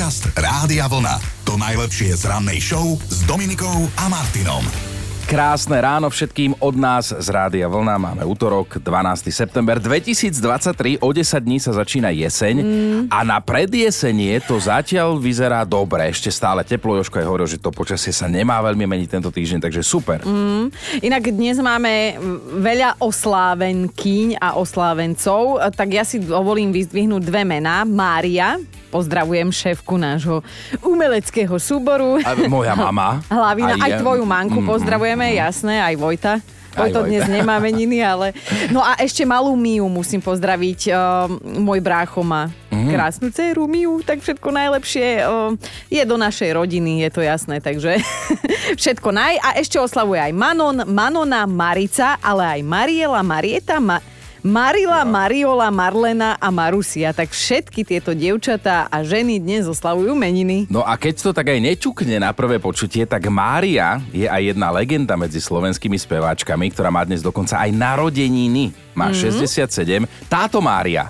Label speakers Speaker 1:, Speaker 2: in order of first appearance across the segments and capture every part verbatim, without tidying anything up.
Speaker 1: Podcast Rádia Vlna. To najlepšie z rannej show s Dominikou a Martinom.
Speaker 2: Krásne ráno všetkým od nás z Rádia Vlna. Máme útorok, dvanásteho september dvetisícdvadsaťtri. O desať dní sa začína jeseň mm. a na predjesenie to zatiaľ vyzerá dobre. Ešte stále teplo. Jožko aj hovoril, že to počasie sa nemá veľmi meniť tento týždeň, takže super.
Speaker 3: Mm. Inak dnes máme veľa oslávenkyň a oslávencov, tak ja si dovolím vyzdvihnúť dve mená. Mária, pozdravujem šéfku nášho umeleckého súboru.
Speaker 2: A moja mama.
Speaker 3: Hlavina, aj,
Speaker 2: aj
Speaker 3: ja. Tvoju manku mm, pozdravujem, mm, jasné, aj Vojta. Vojto dnes nemá meniny, ale... No a ešte malú Miu musím pozdraviť. Uh, môj brácho má mm. krásnu dceru Miu, tak všetko najlepšie. Uh, je do našej rodiny, je to jasné, takže všetko naj. A ešte oslavuje aj Manon, Manona, Marica, ale aj Mariela, Marieta, Ma... Marila, Mariola, Marlena a Marusia. Tak všetky tieto dievčatá a ženy dnes oslavujú meniny.
Speaker 2: No a keď to tak aj nečukne na prvé počutie, tak Mária je aj jedna legenda medzi slovenskými speváčkami, ktorá má dnes dokonca aj narodeniny. Má mm-hmm. šesťdesiatsedem. Táto Mária.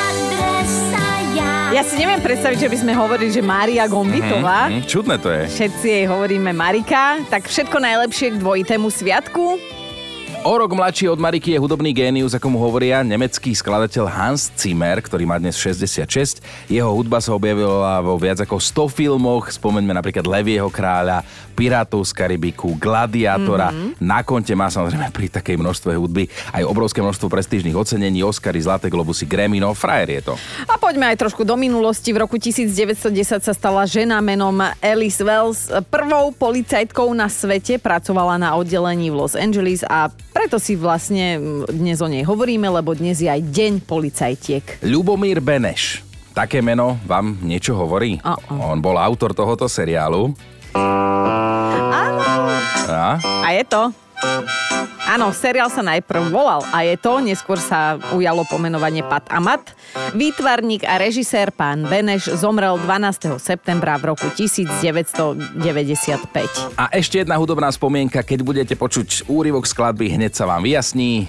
Speaker 3: Ja si neviem predstaviť, že by sme hovorili, že Mária Gombitová.
Speaker 2: Mm-hmm. Čudné to je.
Speaker 3: Všetci jej hovoríme Marika. Tak všetko najlepšie k dvojitému sviatku.
Speaker 2: O rok mladší od Mariky je hudobný génius, ako mu hovoria, nemecký skladateľ Hans Zimmer, ktorý má dnes šesťdesiatšesť. Jeho hudba sa objavila vo viac ako sto filmoch, spomeňme napríklad Levieho kráľa, Pirátov z Karibiku, Gladiátora. Mm-hmm. Na konte má samozrejme pri takej množstve hudby aj obrovské množstvo prestížnych ocenení, Oscary, Zlaté globusy, Grammy, no frajer je to.
Speaker 3: A poďme aj trošku do minulosti. V roku devätnásťstodesať sa stala žena menom Alice Wells prvou policajtkou na svete, pracovala na oddelení v Los Angeles a preto si vlastne dnes o nej hovoríme, lebo dnes je aj deň policajtiek.
Speaker 2: Ľubomír Beneš. Také meno vám niečo hovorí? Uh-uh. On bol autor tohoto seriálu.
Speaker 3: Áno.
Speaker 2: A?
Speaker 3: A je to. Áno, seriál sa najprv volal A je to, neskôr sa ujalo pomenovanie Pat a Mat. Výtvarník a režisér pán Beneš zomrel dvanásteho septembra v roku devätnásťstodeväťdesiatpäť.
Speaker 2: A ešte jedna hudobná spomienka, keď budete počuť úryvok skladby, hneď sa vám vyjasní.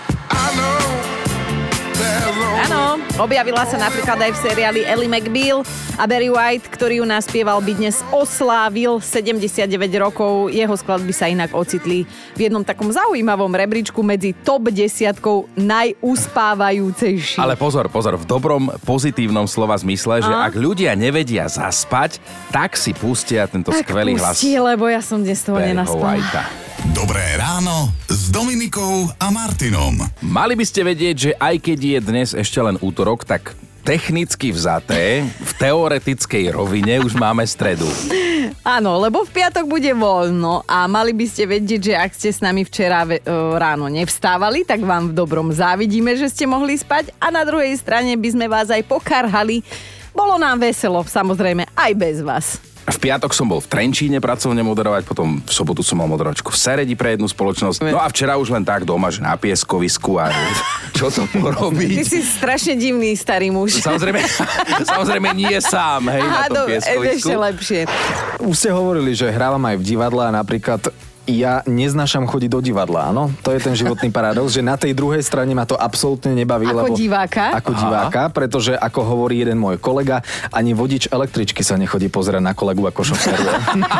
Speaker 3: Áno, objavila sa napríklad aj v seriáli Ellie McBeal a Barry White, ktorý ju naspieval, by dnes oslávil sedemdesiatdeväť rokov. Jeho skladby sa inak ocitli v jednom takom zaujímavom rebríčku medzi top desiatkou najuspávajúcejších.
Speaker 2: Ale pozor, pozor, v dobrom, pozitívnom slova zmysle, že a? ak ľudia nevedia zaspať, tak si pustia tento
Speaker 3: tak
Speaker 2: skvelý hlas.
Speaker 3: Tak pustí, lebo ja som dnes toho nenaspala.
Speaker 1: Dobré ráno s Dominikou a Martinom.
Speaker 2: Mali by ste vedieť, že aj keď je dnes ešte len útorok, tak technicky vzaté, v teoretickej rovine už máme stredu.
Speaker 3: Áno, lebo v piatok bude voľno a mali by ste vedieť, že ak ste s nami včera ráno nevstávali, tak vám v dobrom závidíme, že ste mohli spať a na druhej strane by sme vás aj pokarhali. Bolo nám veselo, samozrejme, aj bez vás.
Speaker 2: V piatok som bol v Trenčíne pracovne moderovať, potom v sobotu som mal moderovačku v Seredi pre jednu spoločnosť. No a včera už len tak doma, že na pieskovisku a čo to porobiť.
Speaker 3: Ty si strašne divný starý muž.
Speaker 2: Samozrejme, samozrejme nie sám, hej, Aha, na tom pieskovisku.
Speaker 3: Ešte lepšie.
Speaker 4: Už ste hovorili, že hrávam aj v divadle a napríklad ja neznášam chodiť do divadla, áno? To je ten životný paradox, že na tej druhej strane ma to absolútne nebaví.
Speaker 3: Ako
Speaker 4: lebo,
Speaker 3: diváka?
Speaker 4: Ako diváka, pretože ako hovorí jeden môj kolega, ani vodič električky sa nechodí pozerať na kolegu ako šoféruje.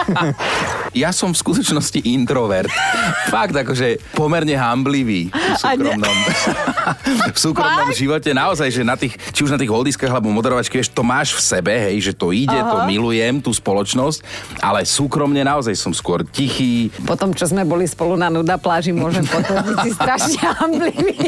Speaker 2: Ja som v skutočnosti introvert. Fakt, akože pomerne hamblivý v súkromnom, v súkromnom živote. Naozaj, že na tých, či už na tých holdiskách alebo moderovačky, vieš, to máš v sebe, hej, že to ide, Aha. to milujem, tú spoločnosť, ale súkromne naozaj som skôr tichý.
Speaker 3: Po tom, čo sme boli spolu na nuda pláži, môžem potvrdiť, si strašne hamblivý.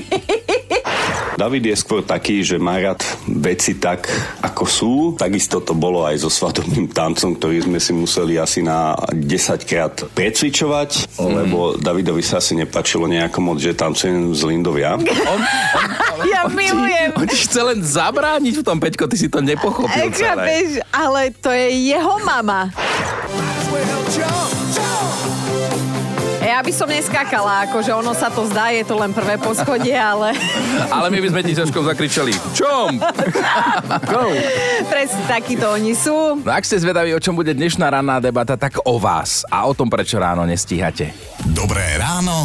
Speaker 5: David je skôr taký, že má rád veci tak, ako sú. Takisto to bolo aj so svadobným tancom, ktorý sme si museli asi na desaťkrát precvičovať, mm. lebo Davidovi sa asi nepáčilo nejako moc, že tancujem z Lindou ja. On, on,
Speaker 3: on, ja on milujem.
Speaker 2: Ti, on ti chce len zabrániť v tom, Peťko, ty si to nepochopil celé.
Speaker 3: Vieš, ale to je jeho mama. Ja by som neskákala, akože ono sa to zdá, je to len prvé poschodie, ale...
Speaker 2: Ale my by sme ti ťažkom zakričali. Čom? Go!
Speaker 3: Presne, takíto oni sú.
Speaker 2: No ak ste zvedaví, o čom bude dnešná ranná debata, tak o vás a o tom, prečo ráno nestíhate.
Speaker 1: Dobré ráno s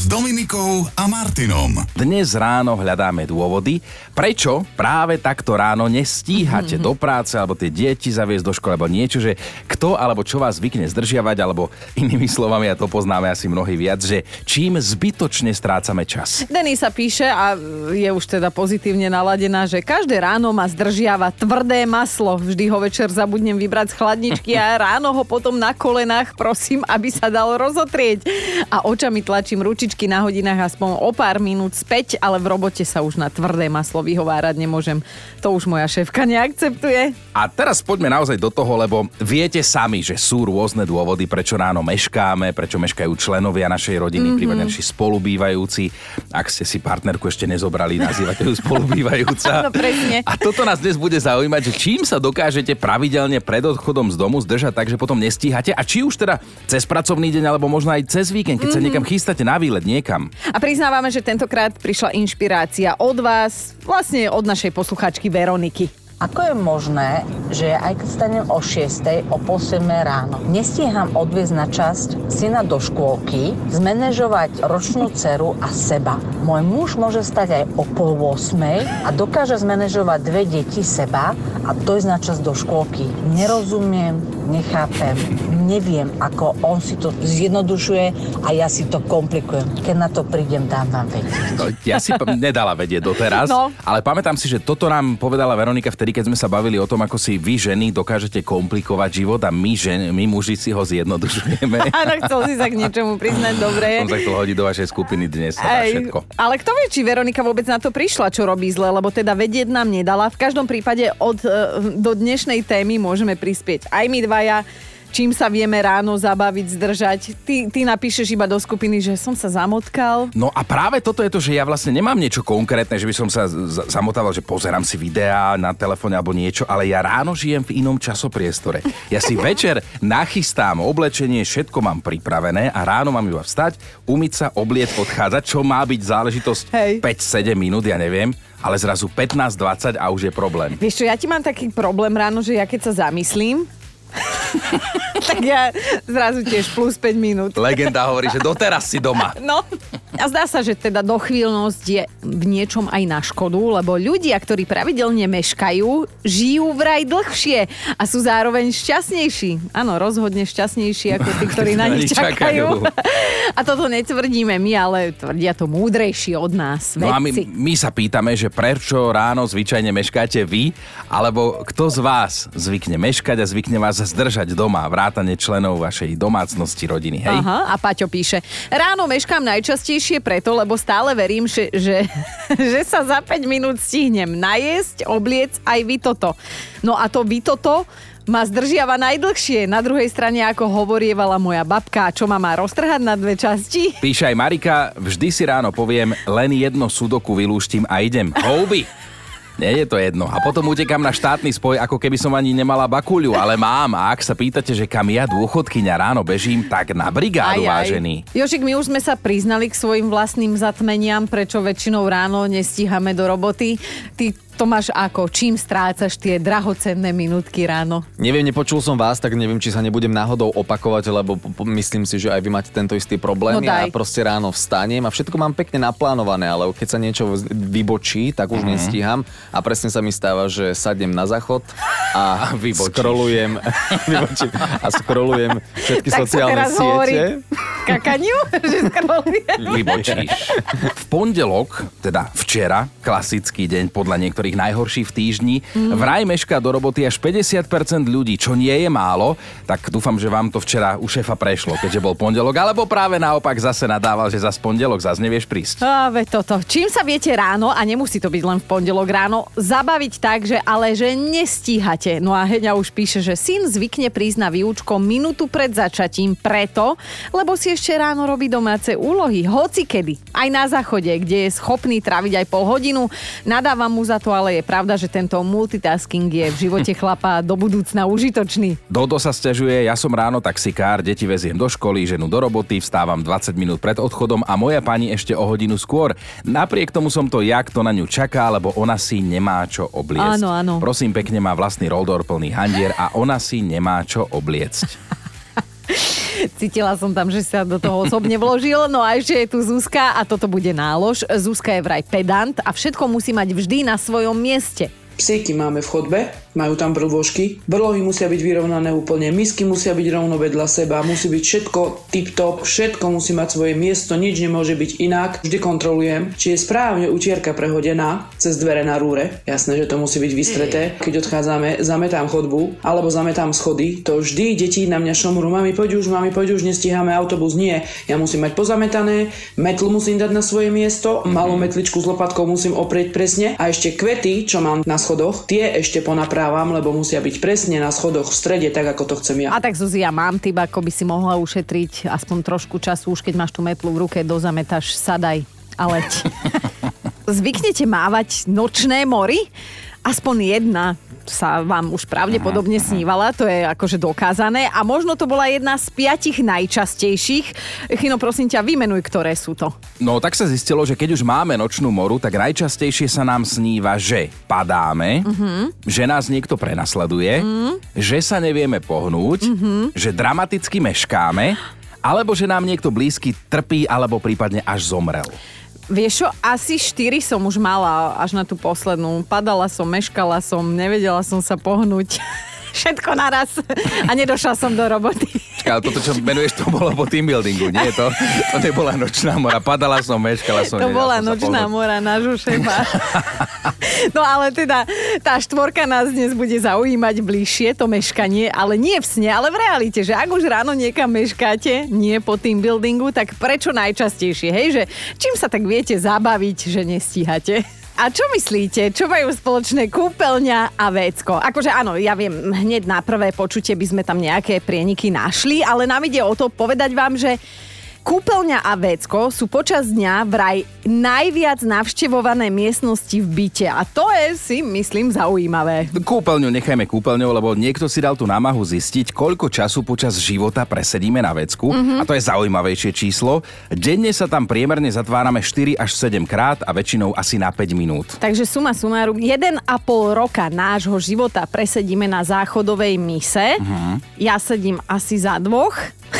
Speaker 1: Dominikou a Martinom.
Speaker 2: Dnes ráno hľadáme dôvody, prečo práve takto ráno nestíhate mm-hmm. do práce, alebo tie deti zaviesť do školy, alebo niečo, že kto alebo čo vás zvykne zdržiavať, alebo inými slovami, a to poznáme asi mnohí viac, že čím zbytočne strácame čas.
Speaker 3: Denisa píše, a je už teda pozitívne naladená, že každé ráno ma zdržiava tvrdé maslo. Vždy ho večer zabudnem vybrať z chladničky a ráno ho potom na kolenách prosím, aby sa dal rozotrieť. A očami tlačím ručičky na hodinách aspoň o pár minút späť, ale v robote sa už na tvrdé maslo vyhovárať nemôžem. To už moja šéfka neakceptuje.
Speaker 2: A teraz poďme naozaj do toho, lebo viete sami, že sú rôzne dôvody, prečo ráno meškáme, prečo meškajú členovia našej rodiny, mm-hmm. prípadne naši spolubývajúci. Ak ste si partnerku ešte nezobrali, nazývate ju spolubývajúca.
Speaker 3: No presne.
Speaker 2: A toto nás dnes bude zaujímať, že čím sa dokážete pravidelne pred odchodom z domu zdržať tak, že potom nestíhate, a či už teda cez pracovný deň, alebo možno aj cez víkend, keď mm-hmm. sa niekam chystáte na výlet niekam.
Speaker 3: A priznávame, že tentokrát prišla inšpirácia od vás, vlastne od našej poslucháčky Veroniky.
Speaker 6: Ako je možné, že aj keď stanem o šiestej, o pol siedmej ráno, nestíham odviezť na časť syna do škôlky, zmanéžovať ročnú dceru a seba. Môj muž môže stať aj o pol ôsmej a dokáže zmanéžovať dve deti, seba a dojsť na čas do škôlky. Nerozumiem, nechápem, neviem, ako on si to zjednodušuje a ja si to komplikujem. Keď na to prídem, dám vám vedieť.
Speaker 2: No, ja si p- nedala vedieť doteraz, no. Ale pamätám si, že toto nám povedala Veronika vtedy, keď sme sa bavili o tom, ako si vy ženy dokážete komplikovať život a my, žen, my muži si ho zjednodušujeme.
Speaker 3: Áno, chcel si sa k niečomu priznať, dobre.
Speaker 2: Som sa chcel hodiť do vašej skupiny dnes a všetko.
Speaker 3: Ale kto vie, či Veronika vôbec na to prišla, čo robí zle, lebo teda vedieť nám nedala. V každom prípade od, do dnešnej témy môžeme prispieť aj my dvaja, čím sa vieme ráno zabaviť, zdržať. Ty, ty napíšeš iba do skupiny, že som sa zamotkal.
Speaker 2: No a práve toto je to, že ja vlastne nemám niečo konkrétne, že by som sa z- zamotával, že pozerám si videá na telefóne alebo niečo, ale ja ráno žijem v inom časopriestore. Ja si večer nachystám oblečenie, všetko mám pripravené a ráno mám iba vstať, umyť sa, obliec, odchádzať, čo má byť záležitosť päť sedem minút, ja neviem. Ale zrazu pätnásť dvadsať a už je problém.
Speaker 3: Vieš čo, ja ti mám taký problém ráno, že ja keď sa zamyslím, tak ja zrazu tiež plus päť minút.
Speaker 2: Legenda hovorí, že doteraz si doma.
Speaker 3: No, a zdá sa, že teda dochvíľnosť je v niečom aj na škodu, lebo ľudia, ktorí pravidelne meškajú, žijú vraj dlhšie a sú zároveň šťastnejší. Áno, rozhodne šťastnejší ako tí, ktorí na nich čakajú. A toto netvrdíme my, ale tvrdia to múdrejší od nás.
Speaker 2: No a my, my sa pýtame, že prečo ráno zvyčajne meškáte vy, alebo kto z vás zvykne meškať a zvykne vás zdržať doma, vrátane členov vašej domácnosti, rodiny, hej?
Speaker 3: Aha, a Paťo píše, ráno meškám najčastejšie preto, lebo stále verím, že, že, že sa za päť minút stihnem najesť, obliec aj vy toto. No a to vy toto ma zdržiava najdlhšie. Na druhej strane, ako hovorievala moja babka, čo ma má roztrhať na dve časti.
Speaker 2: Píše aj Marika, vždy si ráno poviem, len jedno sudoku vylúštim a idem. Houby! Nie je to jedno. A potom utekám na štátny spoj, ako keby som ani nemala bakuľu, ale mám. A ak sa pýtate, že kam ja dôchodkyňa ráno bežím, tak na brigádu, aj, aj. vážený.
Speaker 3: Jožik, my už sme sa priznali k svojim vlastným zatmeniam, prečo väčšinou ráno nestíhame do roboty. Ty to máš ako? Čím strácaš tie drahocenné minútky ráno?
Speaker 4: Neviem, nepočul som vás, tak neviem, či sa nebudem náhodou opakovať, lebo myslím si, že aj vy máte tento istý problém. No ja proste ráno vstanem a všetko mám pekne naplánované, ale keď sa niečo vybočí, tak už mm-hmm. nestíham a presne sa mi stáva, že sadnem na záchod a, a scrollujem a scrollujem všetky tak sociálne siete.
Speaker 3: Kakaniu, že scrollujem.
Speaker 2: Vybočíš. V pondelok, teda včera, klasický deň podľa niektorých najhorší v týždni, mm. vraj mešká do roboty až päťdesiat percent ľudí, čo nie je málo, tak dúfam, že vám to včera u šéfa prešlo, keďže bol pondelok, alebo práve naopak zase nadával, že zas pondelok zas nevieš prísť.
Speaker 3: Á, veď toto. Čím sa viete ráno, a nemusí to byť len v pondelok ráno, zabaviť tak, že ale že nestíhate. No a Heňa už píše, že syn zvykne prísť na výučko minútu pred začatím preto, lebo si ešte ráno robí domáce úlohy, hocikedy. Aj na záchode, kde je schopný tráviť aj pol hodinu. Nadávam mu za to, ale je pravda, že tento multitasking je v živote chlapa do budúcna užitočný.
Speaker 2: Dodo sa sťažuje, ja som ráno taxikár, deti veziem do školy, ženu do roboty, vstávam dvadsať minút pred odchodom a moja pani ešte o hodinu skôr. Napriek tomu som to ja, kto na ňu čaká, lebo ona si nemá čo obliecť.
Speaker 3: Áno, áno.
Speaker 2: Prosím pekne, má vlastný roldor plný handier a ona si nemá čo obliecť.
Speaker 3: Cítila som tam, že sa do toho osobne vložil. No a ešte je tu Zuzka a toto bude nálož. Zuzka je vraj pedant a všetko musí mať vždy na svojom mieste.
Speaker 7: Psíky máme v chodbe, majú tam brložky, brlohy musia byť vyrovnané úplne, misky musia byť rovno vedľa seba, musí byť všetko tip-top, všetko musí mať svoje miesto, nič nemôže byť inak. Vždy kontrolujem, či je správne utierka prehodená cez dvere na rúre. Jasné, že to musí byť vystreté. Keď odchádzame, zametám chodbu alebo zametám schody, to vždy deti na mňa šomru, mami poď už, mami poď už, nestíhame autobus. Nie, ja musím mať pozametané, metlu musím dať na svoje miesto, malú metličku s lopatkou musím oprieť presne a ešte kvety, čo mám na schodoch, tie ešte ponaprávam, lebo musia byť presne na schodoch v strede, tak ako to chcem ja.
Speaker 3: A tak Zuzi, ja mám tým, ako by si mohla ušetriť aspoň trošku času, už keď máš tú metlu v ruke, dozametáš, sadaj a leď. Zvyknete mávať nočné mory? Aspoň jedna sa vám už pravdepodobne snívala, to je akože dokázané. A možno to bola jedna z piatich najčastejších. Chino, prosím ťa, vymenuj, ktoré sú to.
Speaker 2: No tak sa zistilo, že keď už máme nočnú moru, tak najčastejšie sa nám sníva, že padáme, uh-huh. že nás niekto prenasleduje, uh-huh. že sa nevieme pohnúť, uh-huh. že dramaticky meškáme, alebo že nám niekto blízky trpí, alebo prípadne až zomrel.
Speaker 3: Vieš čo, asi štyri som už mala až na tú poslednú. Padala som, meškala som, nevedela som sa pohnúť. Všetko naraz a nedošla som do roboty.
Speaker 2: Ale toto, čo menuješ, to bolo po team buildingu, nie? To, to nebola nočná mora. Padala som, meškala som.
Speaker 3: To bola nočná mora nášho šéfa. No ale teda tá štvorka nás dnes bude zaujímať bližšie, to meškanie, ale nie v sne, ale v realite, že ak už ráno niekam meškáte, nie po team buildingu, tak prečo najčastejšie, hej? Že čím sa tak viete zabaviť, že nestíhate? A čo myslíte? Čo majú spoločné kúpeľňa a vécko? Akože áno, ja viem, hneď na prvé počutie by sme tam nejaké prieniky našli, ale nám ide o to povedať vám, že kúpeľňa a vécko sú počas dňa vraj najviac navštevované miestnosti v byte a to je, si myslím, zaujímavé.
Speaker 2: Kúpeľňu nechajme kúpeľňou, lebo niekto si dal tú námahu zistiť, koľko času počas života presedíme na vécku, mm-hmm. a to je zaujímavejšie číslo. Denne sa tam priemerne zatvárame štyri až sedem krát a väčšinou asi na päť minút.
Speaker 3: Takže suma sumárum, jeden a pol roka nášho života presedíme na záchodovej mise. Mm-hmm. Ja sedím asi za dvoch.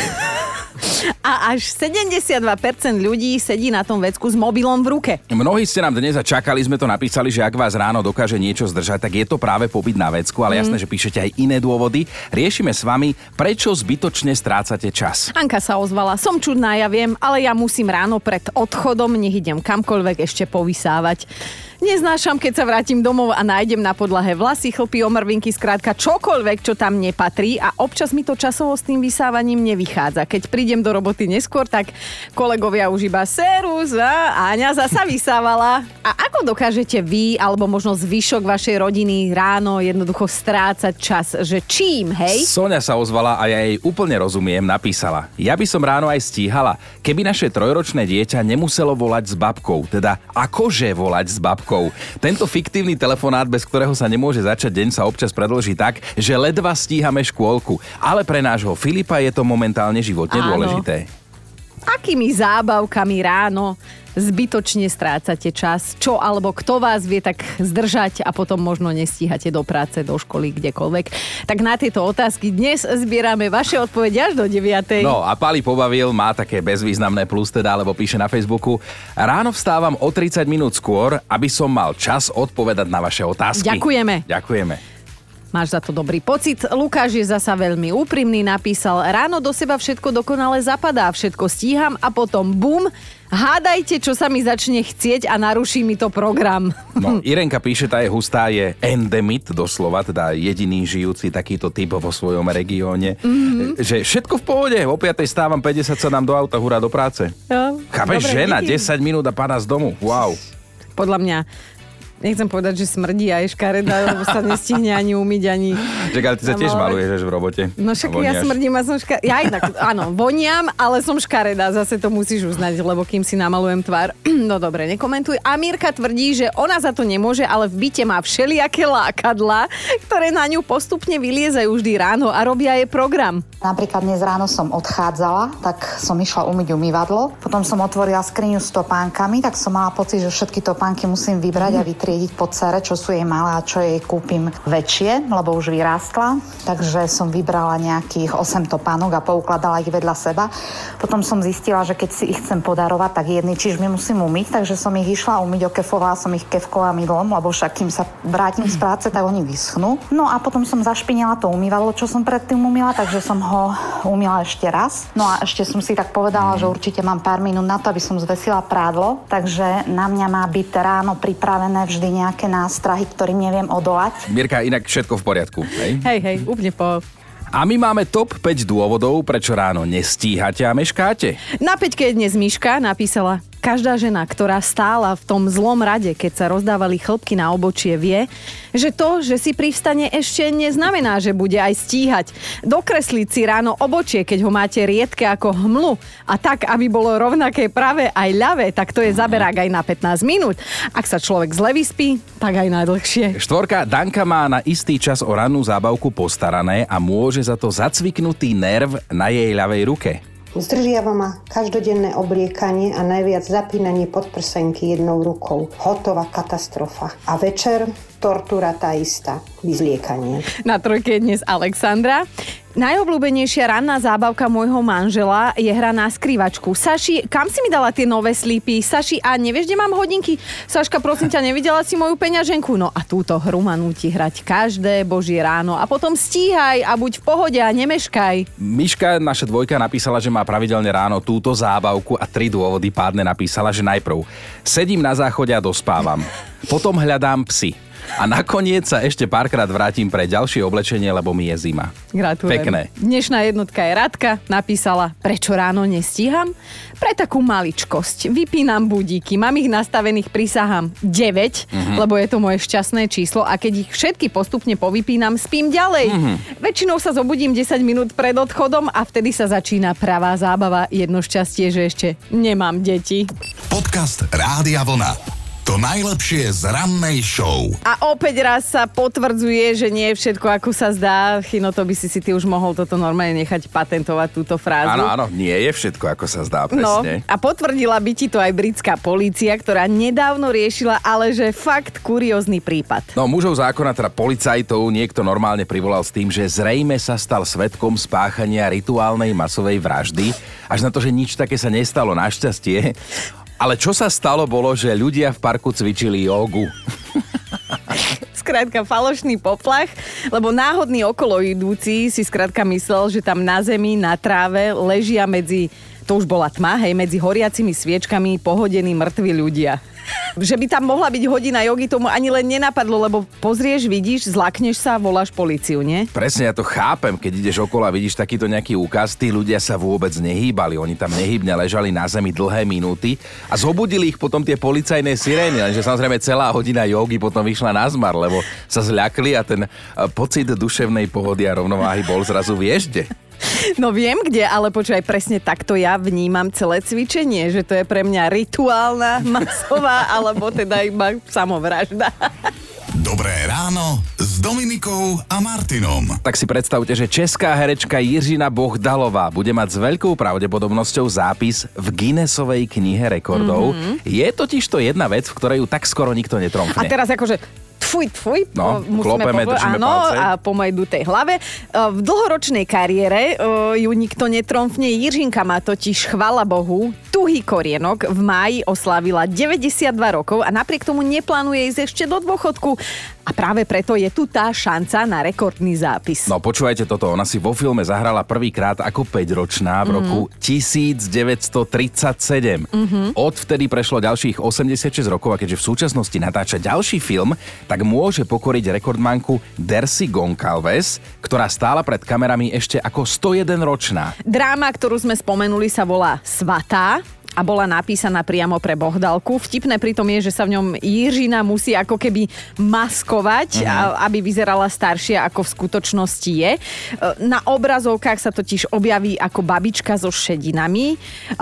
Speaker 3: A až sedemdesiatdva percent ľudí sedí na tom vecku s mobilom v ruke.
Speaker 2: Mnohí ste nám dnes a čakali sme to, napísali, že ak vás ráno dokáže niečo zdržať, tak je to práve pobyt na vecku, ale mm. jasné, že píšete aj iné dôvody. Riešime s vami, prečo zbytočne strácate čas.
Speaker 3: Anka sa ozvala, som čudná, ja viem, ale ja musím ráno pred odchodom, nech idem kamkoľvek ešte povysávať. Neznášam, keď sa vrátim domov a nájdem na podlahe vlasy, chlpy, omrvinky, skrátka čokoľvek, čo tam nepatrí a občas mi to časovo s tým vysávaním nevychádza. Keď prídem do roboty neskôr, tak kolegovia už iba serus a Áňa zasa vysávala. A ako dokážete vy, alebo možno zvyšok vašej rodiny ráno jednoducho strácať čas? Že čím, hej?
Speaker 2: Soňa sa ozvala a ja jej úplne rozumiem, napísala. Ja by som ráno aj stíhala, keby naše trojročné dieťa nemuselo volať s babkou. Teda akože volať s babkou. Tento fiktívny telefonát, bez ktorého sa nemôže začať deň, sa občas predĺží tak, že ledva stíhame škôlku. Ale pre nášho Filipa je to momentálne životne Áno. dôležité.
Speaker 3: Akými zábavkami ráno zbytočne strácate čas? Čo alebo kto vás vie tak zdržať a potom možno nestíhate do práce, do školy, kdekoľvek? Tak na tieto otázky dnes zbierame vaše odpovede až do deviatej.
Speaker 2: No a Pali pobavil, má také bezvýznamné plus teda, alebo píše na Facebooku: ráno vstávam o tridsať minút skôr, aby som mal čas odpovedať na vaše otázky.
Speaker 3: Ďakujeme.
Speaker 2: Ďakujeme.
Speaker 3: Máš za to dobrý pocit. Lukáš je zasa veľmi úprimný, napísal: ráno do seba všetko dokonale zapadá, všetko stíham a potom bum, hádajte, čo sa mi začne chcieť a naruší mi to program.
Speaker 2: No, Irenka píše, tá je hustá, je endemit doslova, teda jediný žijúci takýto typ vo svojom regióne. Mm-hmm. Že všetko v pohode, o piatej stávam, päťdesiat sa dám do auta, hurá do práce. No, chápeš, žena, vidím. desať minút a padá z domu, wow.
Speaker 3: Podľa mňa nechcem povedať, že smrdí a je škaredá, lebo sa nestihne ani umyť, ani...
Speaker 2: Čak, ale ty sa tiež maluješ v robote.
Speaker 3: No však ja smrdím a som škaredá. Ja inak, áno, voniam, ale som škaredá, zase to musíš uznať, lebo kým si namalujem tvár. No dobre, nekomentuj. Amírka tvrdí, že ona za to nemôže, ale v byte má všelijaké lákadlá, ktoré na ňu postupne vyliezajú vždy ráno a robia jej program.
Speaker 8: Napríklad dnes ráno som odchádzala, tak som išla umyť umývadlo. Potom som otvorila skriňu s topánkami, tak som mala pocit, že všetky topánky musím vybrať a vytriať. triediť po dcere, čo sú jej malé a čo jej kúpim väčšie, lebo už vyrástla. Takže som vybrala nejakých osem topánok a poukladala ich vedľa seba. Potom som zistila, že keď si ich chcem podarovať, tak jedný čiž mi musím umyť, takže som ich išla umyť, okefovala som ich kefkou a mydlom, lebo však kým sa vrátim z práce, tak oni vyschnú. No a potom som zašpinila to umývadlo, čo som predtým umýla, takže som ho umýla ešte raz. No a ešte som si tak povedala, že určite mám pár minút na to, aby som zvesila prádlo, takže na mňa má byť ráno pripravené vždy nejaké nástrahy, ktorým neviem odolať.
Speaker 2: Mirka, inak všetko v poriadku, hej?
Speaker 3: Hej, hej, úplne po...
Speaker 2: A my máme top päť dôvodov, prečo ráno nestíhate a meškáte.
Speaker 3: Na päťke dnes Miška napísala: každá žena, ktorá stála v tom zlom rade, keď sa rozdávali chlpky na obočie, vie, že to, že si privstane, ešte neznamená, že bude aj stíhať. Dokresliť si ráno obočie, keď ho máte riedke ako hmlu a tak, aby bolo rovnaké pravé aj ľavé, tak to je zaberák aj na pätnásť minút. Ak sa človek zle vyspí, tak aj najdlhšie.
Speaker 2: Štvorka, Danka má na istý čas o rannú zábavku postarané a môže za to zacviknutý nerv na jej ľavej ruke.
Speaker 9: Zdržiava ma každodenné obliekanie a najviac zapínanie podprsenky jednou rukou. Hotová katastrofa. A večer tortúra tá istá. Vyzliekanie.
Speaker 3: Na trojke je dnes Alexandra. Najobľúbenejšia ranná zábavka môjho manžela je hra na skrývačku. Saši, kam si mi dala tie nové slípy? Saši, a nevieš, kde mám hodinky? Saška, prosím ťa, nevidela si moju peňaženku? No a túto hru ma núti hrať každé božie ráno. A potom stíhaj a buď v pohode a nemeškaj.
Speaker 2: Miška, naša dvojka, napísala, že má pravidelne ráno túto zábavku a tri dôvody pádne napísala, že najprv sedím na záchode a dospávam. Potom hľadám psy. A nakoniec sa ešte párkrát vrátim pre ďalšie oblečenie, lebo mi je zima.
Speaker 3: Gratulujem.
Speaker 2: Pekné.
Speaker 3: Dnešná jednotka je Radka. Napísala: prečo ráno nestíham? Pre takú maličkosť. Vypínam budíky. Mám ich nastavených, prisahám, deväť, mm-hmm. lebo je to moje šťastné číslo. A keď ich všetky postupne povypínam, spím ďalej. Mm-hmm. Väčšinou sa zobudím desať minút pred odchodom a vtedy sa začína pravá zábava. Jedno šťastie, že ešte nemám deti.
Speaker 1: Podcast Rádia Vlna. To najlepšie z rannej show.
Speaker 3: A opäť raz sa potvrdzuje, že nie je všetko, ako sa zdá. Chino, to by si si ty už mohol toto normálne nechať patentovať, túto frázu.
Speaker 2: Áno, áno, nie je všetko, ako sa zdá, presne.
Speaker 3: No, a potvrdila by ti to aj britská polícia, ktorá nedávno riešila, ale že fakt kuriózny prípad.
Speaker 2: No, mužov zákona, teda policajtov, niekto normálne privolal s tým, že zrejme sa stal svedkom spáchania rituálnej masovej vraždy, až na to, že nič také sa nestalo, našťastie. Ale čo sa stalo, bolo, že ľudia v parku cvičili jógu.
Speaker 3: Skrátka falošný poplach, lebo náhodný okoloidúci si skrátka myslel, že tam na zemi, na tráve ležia medzi, to už bola tma, hej, medzi horiacimi sviečkami pohodení mŕtvi ľudia. Že by tam mohla byť hodina jogy, tomu ani len nenapadlo, lebo pozrieš, vidíš, zlakneš sa, voláš políciu, nie?
Speaker 2: Presne, ja to chápem, keď ideš okolo a vidíš takýto nejaký úkaz, tí ľudia sa vôbec nehýbali, oni tam nehybne ležali na zemi dlhé minúty a zobudili ich potom tie policajné sirény, lenže samozrejme celá hodina jogy potom vyšla na zmar, lebo sa zľakli a ten pocit duševnej pohody a rovnováhy bol zrazu vieš kde.
Speaker 3: No viem kde, ale počúvaj, presne takto ja vnímam celé cvičenie, že to je pre mňa rituálna, masová, alebo teda iba samovražda.
Speaker 1: Dobré ráno s Dominikou a Martinom.
Speaker 2: Tak si predstavte, že česká herečka Jiřina Bohdalová bude mať s veľkou pravdepodobnosťou zápis v Guinnessovej knihe rekordov. Mm-hmm. Je totiž to jedna vec, v ktorej ju tak skoro nikto netromfne.
Speaker 3: A teraz akože tfuj, tfuj,
Speaker 2: no,
Speaker 3: musíme
Speaker 2: klopeme,
Speaker 3: povedať,
Speaker 2: držíme
Speaker 3: áno,
Speaker 2: palce.
Speaker 3: A po mojej dutej hlave. V dlhoročnej kariére ju nikto netromfne. Jiřinka má totiž, chvála Bohu, tuhý korienok. V máji oslávila deväťdesiatdva rokov a napriek tomu neplánuje ísť ešte do dôchodku. A práve preto je tu tá šanca na rekordný zápis.
Speaker 2: No počúvajte toto, ona si vo filme zahrala prvýkrát ako päťročná v roku mm. devätnásťtridsaťsedem. Mm-hmm. Odvtedy prešlo ďalších osemdesiatšesť rokov a keďže v súčasnosti natáča ďalší film, tak môže pokoriť rekordmanku Darcy Goncalves, ktorá stála pred kamerami ešte ako stojedenročná.
Speaker 3: Dráma, ktorú sme spomenuli, sa volá Svatá a bola napísaná priamo pre Bohdalku. Vtipné pritom je, že sa v ňom Jiřina musí ako keby maskovať, uh-huh. aby vyzerala staršia, ako v skutočnosti je. Na obrazovkách sa totiž objaví ako babička so šedinami.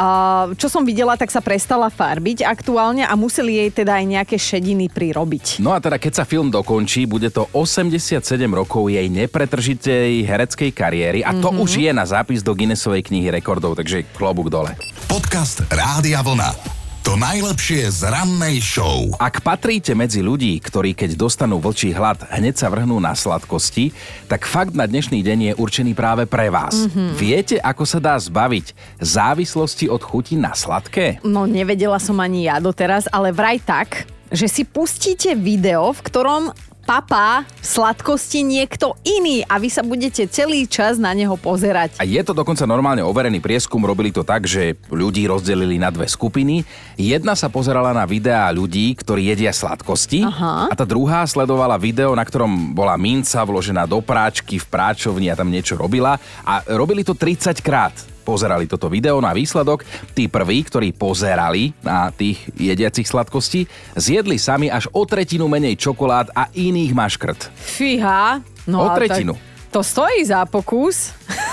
Speaker 3: Čo som videla, tak sa prestala farbiť aktuálne a museli jej teda aj nejaké šediny prirobiť.
Speaker 2: No a teda keď sa film dokončí, bude to osemdesiatsedem rokov jej nepretržitej hereckej kariéry a to uh-huh. už je na zápis do Guinnessovej knihy rekordov, takže klobúk dole.
Speaker 1: Podcast Rádia Vlna. To To najlepšie z rannej show.
Speaker 2: Ak patríte medzi ľudí, ktorí keď dostanú vlčí hlad, hneď sa vrhnú na sladkosti, tak fakt na dnešný deň je určený práve pre vás. Mm-hmm. Viete, ako sa dá zbaviť závislosti od chuti na sladké?
Speaker 3: No nevedela som ani ja doteraz, ale vraj tak, že si pustíte video, v ktorom papá v sladkosti niekto iný a vy sa budete celý čas na neho pozerať.
Speaker 2: A je to dokonca normálne overený prieskum, robili to tak, že ľudí rozdelili na dve skupiny. Jedna sa pozerala na videá ľudí, ktorí jedia sladkosti. Aha. A tá druhá sledovala video, na ktorom bola minca vložená do práčky v práčovni a tam niečo robila. A robili to tridsať krát. Pozerali toto video na výsledok. Tí prví, ktorí pozerali na tých jediacich sladkostí, zjedli sami až o tretinu menej čokolád a iných maškrt.
Speaker 3: Fíha. No
Speaker 2: o tretinu.
Speaker 3: To stojí za pokus.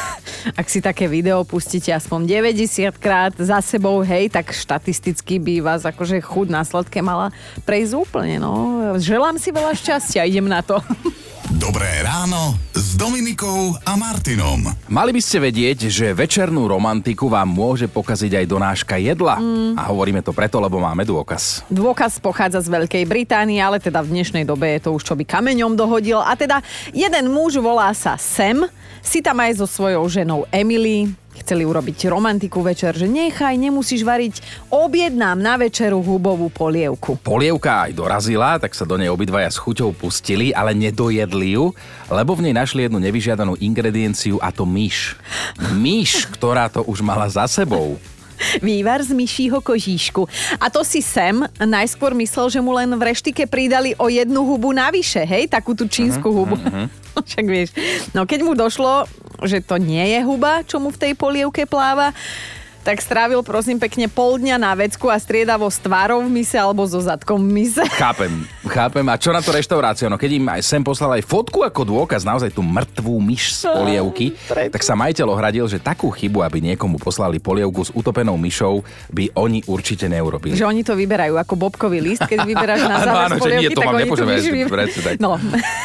Speaker 3: Ak si také video pustíte aspoň deväťdesiat krát za sebou, hej, tak štatisticky by vás akože chuť na sladké mala prejsť úplne, no. Želám si veľa šťastia, idem na to.
Speaker 1: Dobré ráno s Dominikou a Martinom.
Speaker 2: Mali by ste vedieť, že večernú romantiku vám môže pokaziť aj donáška jedla. Mm. A hovoríme to preto, lebo máme dôkaz.
Speaker 3: Dôkaz pochádza z Veľkej Británie, ale teda v dnešnej dobe je to už čo by kameňom dohodil. A teda jeden muž, volá sa Sam, si tam aj so svojou ženou Emily. Chceli urobiť romantiku večer, že nechaj, nemusíš variť, objednám na večeru hubovú polievku.
Speaker 2: Polievka aj dorazila, tak sa do nej obidvaja s chuťou pustili, ale nedojedli ju, lebo v nej našli jednu nevyžiadanú ingredienciu a to myš. Myš, ktorá to už mala za sebou.
Speaker 3: Vývar z myšího kožíšku. A to si Sam najskôr myslel, že mu len v reštike pridali o jednu hubu navyše, hej? Takú tú čínsku uh-huh, hubu. Uh-huh. Však vieš. No keď mu došlo, že to nie je huba, čo mu v tej polievke pláva, tak strávil prosím pekne pol dňa na vecku a striedavo s tvárou v mise alebo so zadkom v mise.
Speaker 2: Chápem, chápem. A čo na to reštaurácia? No keď im aj sem poslal aj fotku ako dôkaz, naozaj tú mŕtvú myš z polievky, tak sa majiteľ ohradil, že takú chybu, aby niekomu poslali polievku s utopenou myšou, by oni určite neurobili.
Speaker 3: Že oni to vyberajú ako bobkový list, keď vyberáš na záver z polievky, tak oni tú myš vyberajú. No.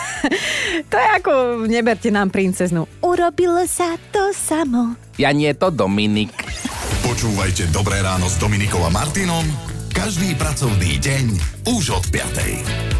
Speaker 3: To je ako neberte nám princeznú. Urobilo sa to samo.
Speaker 2: Ja nie, to Dominik.
Speaker 1: Počúvajte Dobré ráno s Dominikou a Martinom každý pracovný deň už od piatej.